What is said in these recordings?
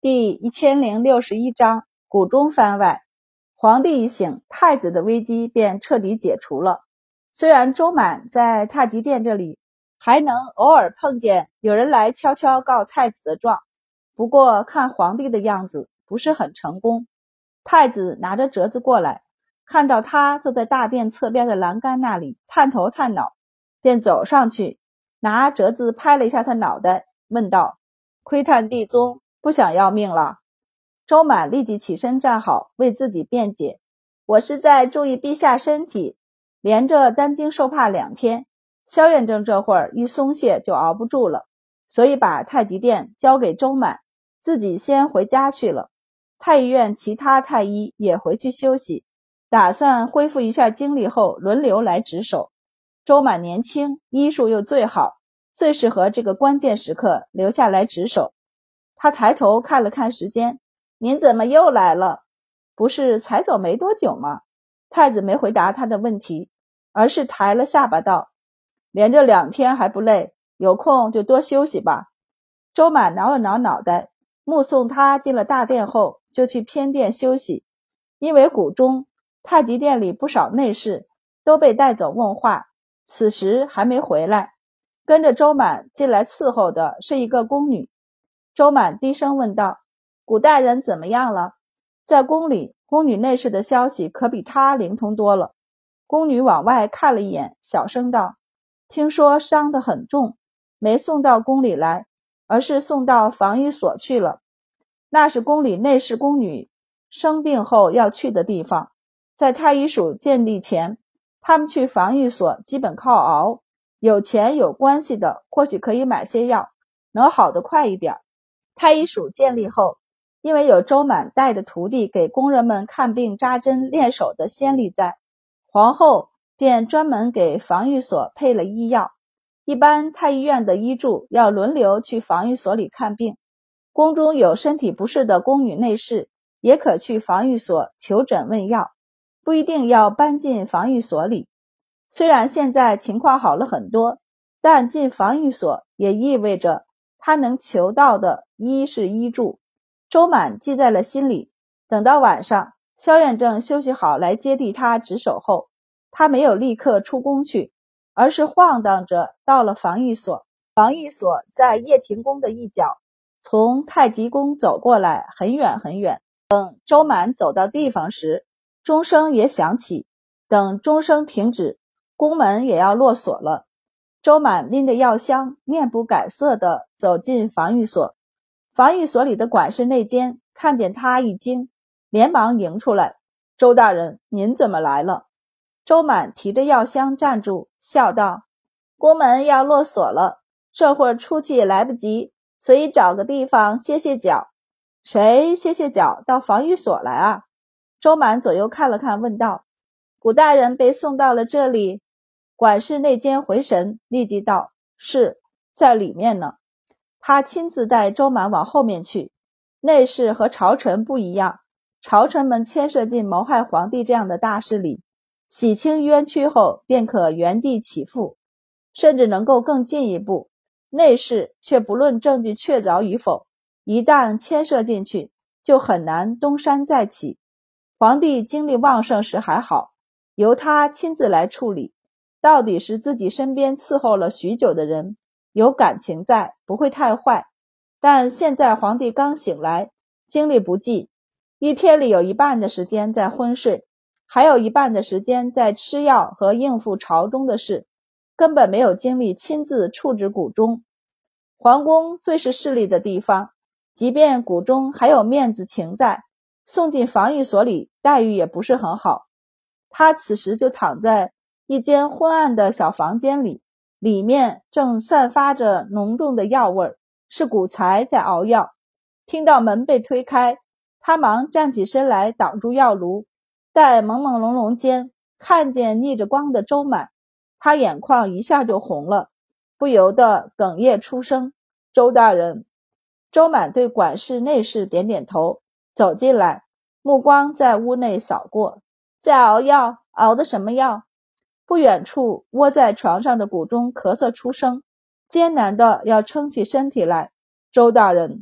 第1061章谷中番外。皇帝一醒，太子的危机便彻底解除了。虽然周满在太极殿这里还能偶尔碰见有人来悄悄告太子的状，不过看皇帝的样子不是很成功。太子拿着折子过来，看到他坐在大殿侧边的栏杆那里探头探脑，便走上去拿折子拍了一下他脑袋，问道：窥探帝宗，不想要命了？周满立即起身站好，为自己辩解：我是在注意陛下身体，连着担惊受怕2天，萧远正这会儿一松懈就熬不住了，所以把太极殿交给周满，自己先回家去了。太医院其他太医也回去休息，打算恢复一下精力后轮流来值守。周满年轻，医术又最好，最适合这个关键时刻留下来值守。他抬头看了看时间，您怎么又来了？不是才走没多久吗？太子没回答他的问题，而是抬了下巴道：连着2天还不累，有空就多休息吧。周满挠了挠脑袋，目送他进了大殿后，就去偏殿休息。因为谷中太极殿里不少内侍都被带走问话，此时还没回来。跟着周满进来伺候的是一个宫女。周满低声问道：谷大人怎么样了？在宫里，宫女内侍的消息可比他灵通多了。宫女往外看了一眼，小声道：听说伤得很重，没送到宫里来，而是送到防御所去了。那是宫里内侍宫女生病后要去的地方。在太医署建立前，他们去防御所基本靠熬，有钱有关系的或许可以买些药，能好得快一点。太医署建立后，因为有周满带着徒弟给工人们看病扎针练手的先例在，皇后便专门给防御所配了医药。一般太医院的医助要轮流去防御所里看病，宫中有身体不适的宫女内侍也可去防御所求诊问药，不一定要搬进防御所里。虽然现在情况好了很多，但进防御所也意味着他能求到的医是医助。周满记在了心里。等到晚上萧远正休息好来接替他值守后，他没有立刻出宫去，而是晃荡着到了防御所。防御所在掖庭宫的一角，从太极宫走过来很远很远。等周满走到地方时，钟声也响起，等钟声停止，宫门也要落锁了。周满拎着药箱，面不改色地走进防御所。防御所里的管事内监看见他一惊，连忙迎出来：周大人，您怎么来了？周满提着药箱站住，笑道：宫门要落锁了，这会儿出去也来不及，所以找个地方歇歇脚。谁歇歇脚到防御所来啊？周满左右看了看，问道：谷大人被送到了这里？管事内监回神，立即道：是，在里面呢。他亲自带周满往后面去。内侍和朝臣不一样，朝臣们牵涉进谋害皇帝这样的大事里，洗清冤屈后便可原地起复，甚至能够更进一步。内侍却不论证据确凿与否，一旦牵涉进去，就很难东山再起。皇帝精力旺盛时还好，由他亲自来处理，到底是自己身边伺候了许久的人，有感情在，不会太坏。但现在皇帝刚醒来，精力不济，一天里有一半的时间在昏睡，还有一半的时间在吃药和应付朝中的事，根本没有精力亲自处置谷中。皇宫最是势利的地方，即便谷中还有面子情在，送进防御所里待遇也不是很好。他此时就躺在一间昏暗的小房间里，里面正散发着浓重的药味，是谷才在熬药。听到门被推开，他忙站起身来挡住药炉，在朦朦胧胧间看见逆着光的周满，他眼眶一下就红了，不由得哽咽出声：周大人。周满对管事内侍点点头，走进来，目光在屋内扫过。在熬药？熬的什么药？不远处窝在床上的谷中咳嗽出声，艰难的要撑起身体来。周大人。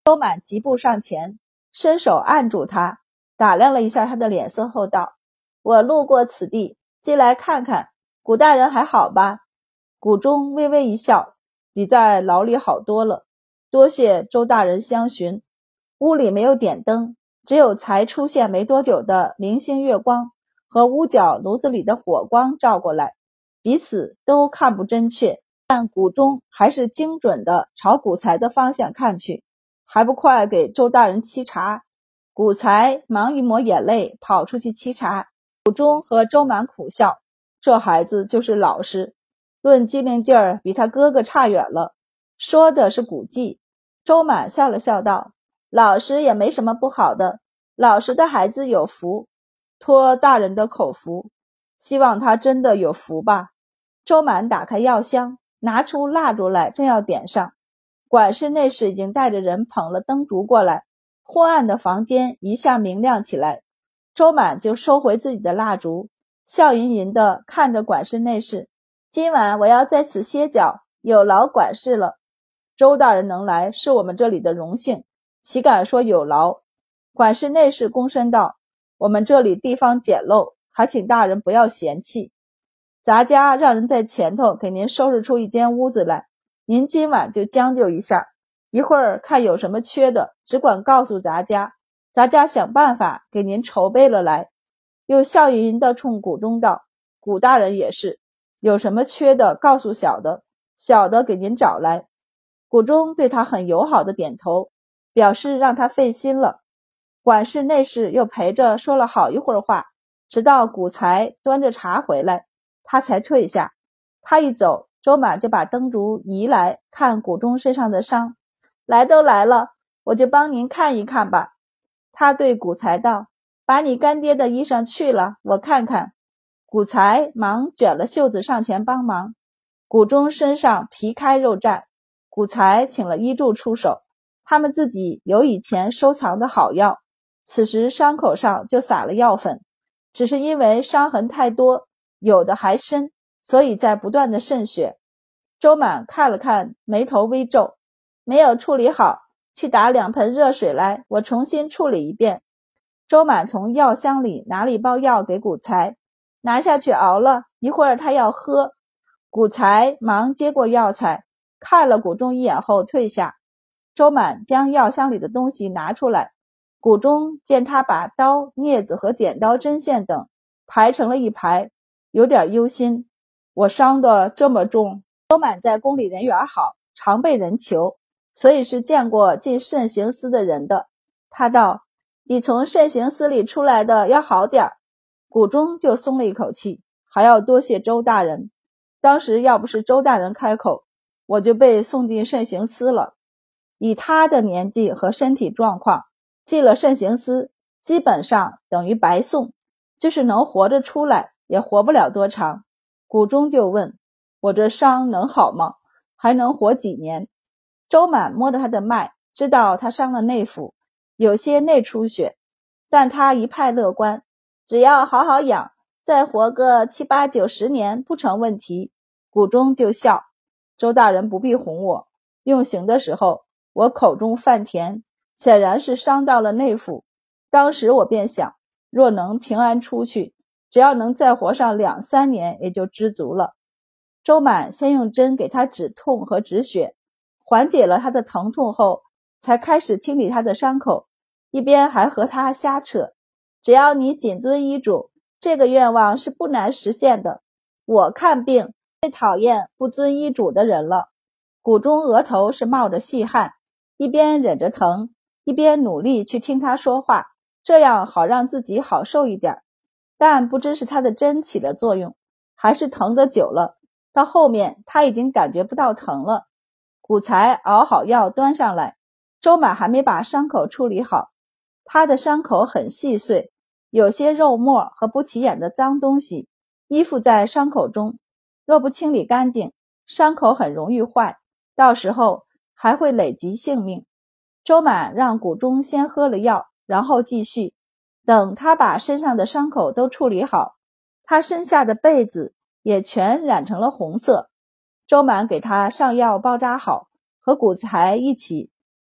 周满急步上前，伸手按住他，打量了一下他的脸色后道：我路过此地，进来看看，古大人还好吧？谷中微微一笑，比在牢里好多了，多谢周大人相询。屋里没有点灯，只有才出现没多久的明星月光和屋角炉子里的火光照过来，彼此都看不真确，但谷中还是精准地朝谷才的方向看去。还不快给周大人沏茶！谷才忙一抹眼泪跑出去沏茶。谷中和周满苦笑，这孩子就是老实，论机灵劲儿比他哥哥差远了。说的是谷纪。周满笑了笑道：老实也没什么不好的，老实的孩子有福，托大人的口福，希望他真的有福吧。周满打开药箱，拿出蜡烛来，正要点上，管事内侍已经带着人捧了灯烛过来，昏暗的房间一下明亮起来。周满就收回自己的蜡烛，笑吟吟地看着管事内侍：今晚我要在此歇脚，有劳管事了。周大人能来是我们这里的荣幸，岂敢说有劳。管事内侍躬身道：我们这里地方简陋，还请大人不要嫌弃。咱家让人在前头给您收拾出一间屋子来，您今晚就将就一下，一会儿看有什么缺的，只管告诉咱家，咱家想办法给您筹备了来。又笑吟吟地冲谷中道：谷大人也是，有什么缺的告诉小的，小的给您找来。谷中对他很友好的点头，表示让他费心了。管事内侍又陪着说了好一会儿话，直到谷才端着茶回来，他才退下。他一走，周满就把灯烛移来看谷中身上的伤。来都来了，我就帮您看一看吧。他对谷才道：把你干爹的衣裳去了，我看看。谷才忙卷了袖子上前帮忙。谷中身上皮开肉绽，谷才请了医助出手，他们自己有以前收藏的好药，此时伤口上就撒了药粉，只是因为伤痕太多，有的还深，所以在不断的渗血。周满看了看，眉头微皱：没有处理好，去打2盆热水来，我重新处理一遍。周满从药箱里拿了一包药给谷才，拿下去熬了，一会儿他要喝。谷才忙接过药材，看了谷中一眼后退下。周满将药箱里的东西拿出来，谷中见他把刀、镊子和剪刀、针线等排成了一排，有点忧心。我伤得这么重。周满在宫里人缘好，常被人求，所以是见过进慎刑司的人的。他道：比从慎刑司里出来的要好点儿。谷中就松了一口气，还要多谢周大人。当时要不是周大人开口，我就被送进慎刑司了。以他的年纪和身体状况，进了慎刑司基本上等于白送，就是能活着出来也活不了多长。谷中就问：我这伤能好吗？还能活几年？周满摸着他的脉，知道他伤了内腑，有些内出血，但他一派乐观，只要好好养，再活个7、8、9、10年不成问题。谷中就笑：周大人不必哄我，用刑的时候我口中泛甜，显然是伤到了内腑。当时我便想，若能平安出去，只要能再活上2、3年也就知足了。周满先用针给他止痛和止血，缓解了他的疼痛后，才开始清理他的伤口，一边还和他瞎扯：只要你谨遵医嘱，这个愿望是不难实现的。我看病最讨厌不遵医嘱的人了。谷中额头是冒着细汗，一边忍着疼，一边努力去听他说话，这样好让自己好受一点。但不知是他的针起了作用，还是疼得久了，到后面他已经感觉不到疼了。谷才熬好药端上来，周满还没把伤口处理好。他的伤口很细碎，有些肉末和不起眼的脏东西依附在伤口中，若不清理干净，伤口很容易坏，到时候还会累及性命。周满让谷中先喝了药，然后继续。等他把身上的伤口都处理好，他身下的被子也全染成了红色。周满给他上药包扎好，和谷才一起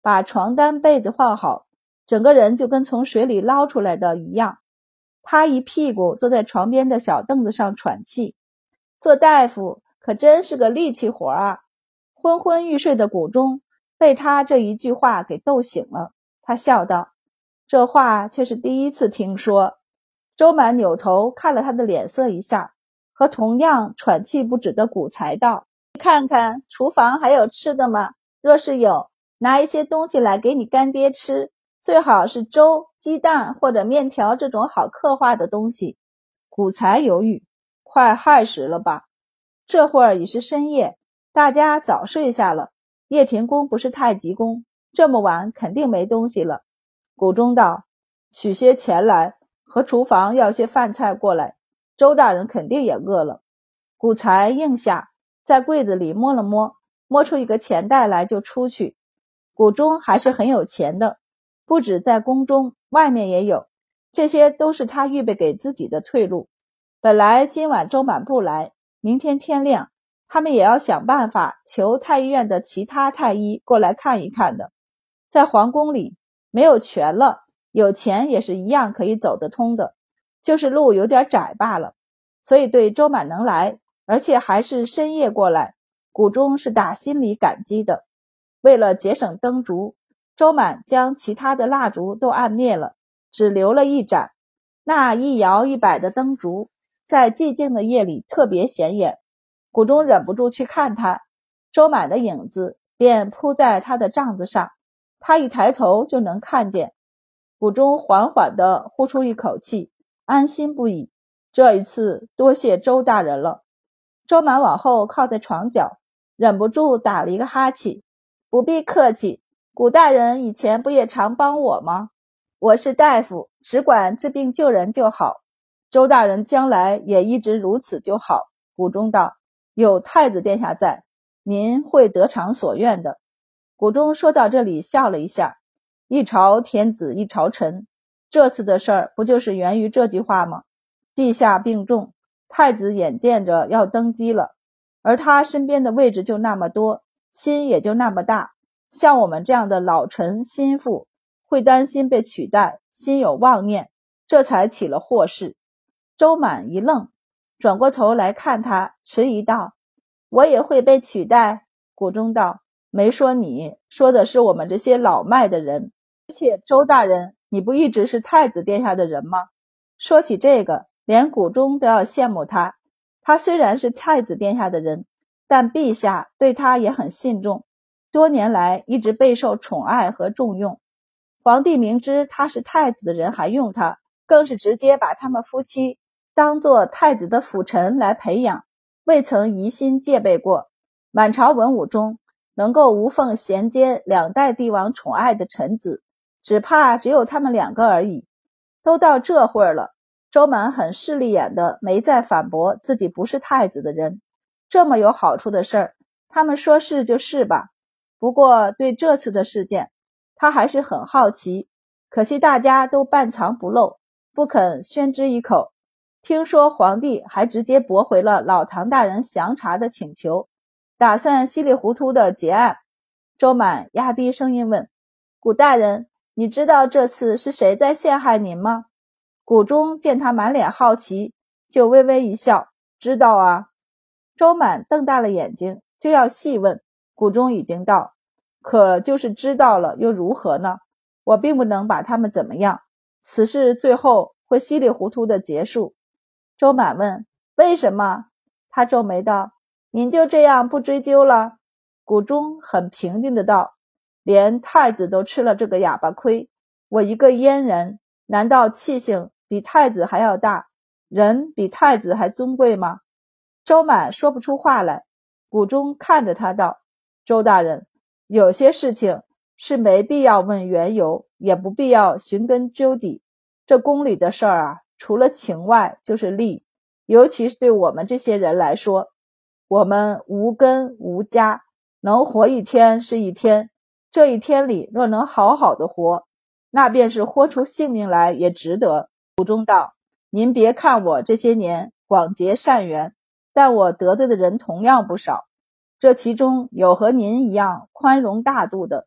把床单被子换好，整个人就跟从水里捞出来的一样。他一屁股坐在床边的小凳子上喘气。做大夫可真是个力气活啊！昏昏欲睡的谷中被他这一句话给逗醒了，他笑道：“这话却是第一次听说。”周满扭头看了他的脸色一下，和同样喘气不止的谷才道：“你看看厨房还有吃的吗？若是有，拿一些东西来给你干爹吃，最好是粥、鸡蛋或者面条这种好刻画的东西。”谷才犹豫：“快亥时了吧？这会儿已是深夜，大家早睡下了。叶庭宫不是太极宫，这么晚肯定没东西了。”谷中道：“取些钱来，和厨房要些饭菜过来，周大人肯定也饿了。”谷才应下，在柜子里摸了摸，摸出一个钱袋来就出去。谷中还是很有钱的，不止在宫中，外面也有，这些都是他预备给自己的退路。本来今晚周满不来，明天天亮，他们也要想办法求太医院的其他太医过来看一看的。在皇宫里没有权了，有钱也是一样可以走得通的，就是路有点窄罢了。所以对周满能来，而且还是深夜过来，谷中是打心里感激的。为了节省灯烛，周满将其他的蜡烛都按灭了，只留了一盏。那一摇一摆的灯烛在寂静的夜里特别显眼，谷中忍不住去看他，周满的影子便铺在他的帐子上，他一抬头就能看见。谷中缓缓地呼出一口气，安心不已，这一次多谢周大人了。周满往后靠在床角，忍不住打了一个哈欠：“不必客气，谷大人以前不也常帮我吗？我是大夫，只管治病救人就好，周大人将来也一直如此就好。”谷中道：“有太子殿下在，您会得偿所愿的。”谷中说到这里笑了一下：“一朝天子一朝臣，这次的事儿不就是源于这句话吗？陛下病重，太子眼见着要登基了，而他身边的位置就那么多，心也就那么大，像我们这样的老臣心腹会担心被取代，心有妄念，这才起了祸事。”周满一愣，转过头来看他，迟疑道：“我也会被取代？”谷中道：“没说你，说的是我们这些老迈的人。而且周大人，你不一直是太子殿下的人吗？”说起这个，连谷中都要羡慕他。他虽然是太子殿下的人，但陛下对他也很信重，多年来一直备受宠爱和重用。皇帝明知他是太子的人还用他，更是直接把他们夫妻当作太子的辅臣来培养，未曾疑心戒备过。满朝文武中能够无缝衔接两代帝王宠爱的臣子，只怕只有他们两个而已。都到这会儿了，周满很势利眼的没再反驳自己不是太子的人。这么有好处的事儿，他们说是就是吧。不过对这次的事件，他还是很好奇，可惜大家都半藏不露，不肯宣之一口。听说皇帝还直接驳回了老唐大人详查的请求，打算稀里糊涂的结案。周满压低声音问：“谷大人，你知道这次是谁在陷害您吗？”谷中见他满脸好奇，就微微一笑：“知道啊。”周满瞪大了眼睛，就要细问。谷中已经道：“可就是知道了又如何呢？我并不能把他们怎么样，此事最后会稀里糊涂的结束。”周满问：“为什么？”他皱眉道：“您就这样不追究了？”谷中很平静的道：“连太子都吃了这个哑巴亏，我一个阉人，难道气性比太子还要大，人比太子还尊贵吗？”周满说不出话来。谷中看着他道：“周大人，有些事情是没必要问缘由，也不必要寻根究底。这宫里的事儿啊，除了情外就是利，尤其是对我们这些人来说，我们无根无家，能活一天是一天，这一天里若能好好的活，那便是豁出性命来也值得。”谷中道：“您别看我这些年广结善缘，但我得罪的人同样不少，这其中有和您一样宽容大度的，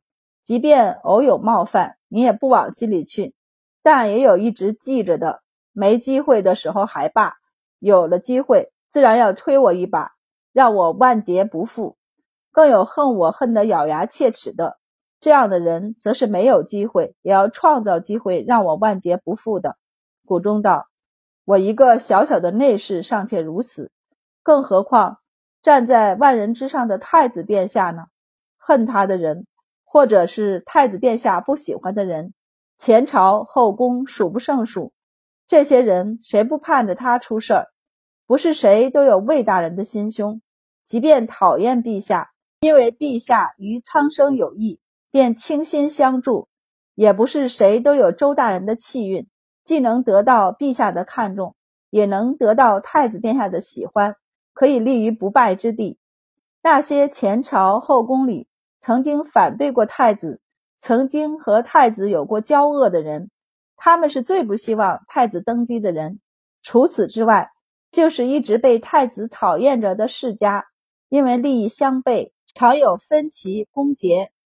即便偶有冒犯，你也不往心里去，但也有一直记着的，没机会的时候还罢，有了机会自然要推我一把，让我万劫不复。更有恨我恨得咬牙切齿的，这样的人则是没有机会也要创造机会让我万劫不复的。谷中道：我一个小小的内侍尚且如此，更何况站在万人之上的太子殿下呢？恨他的人，或者是太子殿下不喜欢的人，前朝后宫数不胜数，这些人谁不盼着他出事儿？不是谁都有魏大人的心胸，即便讨厌陛下，因为陛下与苍生有益，便倾心相助，也不是谁都有周大人的气运，既能得到陛下的看重，也能得到太子殿下的喜欢，可以立于不败之地。那些前朝后宫里曾经反对过太子，曾经和太子有过交恶的人，他们是最不希望太子登基的人。除此之外，就是一直被太子讨厌着的世家，因为利益相悖，常有分歧攻讦，